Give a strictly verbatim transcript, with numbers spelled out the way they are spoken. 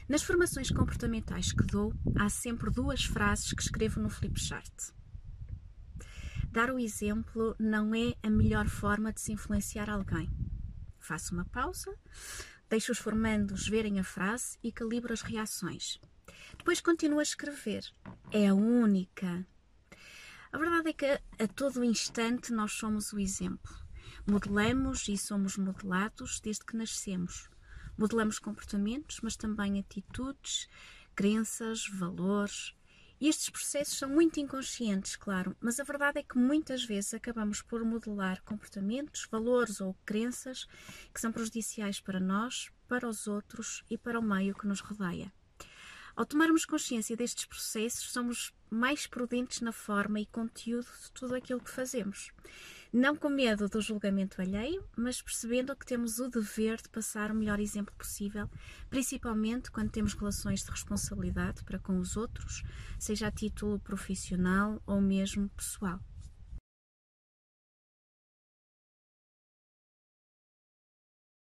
Nas formações comportamentais que dou, há sempre duas frases que escrevo no flipchart. Dar o exemplo não é a melhor forma de se influenciar alguém. Faço uma pausa, deixo os formandos verem a frase e calibro as reações. Depois continuo a escrever. É a única. A verdade é que a todo instante nós somos o exemplo. Modelamos e somos modelados desde que nascemos. Modelamos comportamentos, mas também atitudes, crenças, valores. E estes processos são muito inconscientes, claro, mas a verdade é que muitas vezes acabamos por modelar comportamentos, valores ou crenças que são prejudiciais para nós, para os outros e para o meio que nos rodeia. Ao tomarmos consciência destes processos, somos mais prudentes na forma e conteúdo de tudo aquilo que fazemos. Não com medo do julgamento alheio, mas percebendo que temos o dever de passar o melhor exemplo possível, principalmente quando temos relações de responsabilidade para com os outros, seja a título profissional ou mesmo pessoal.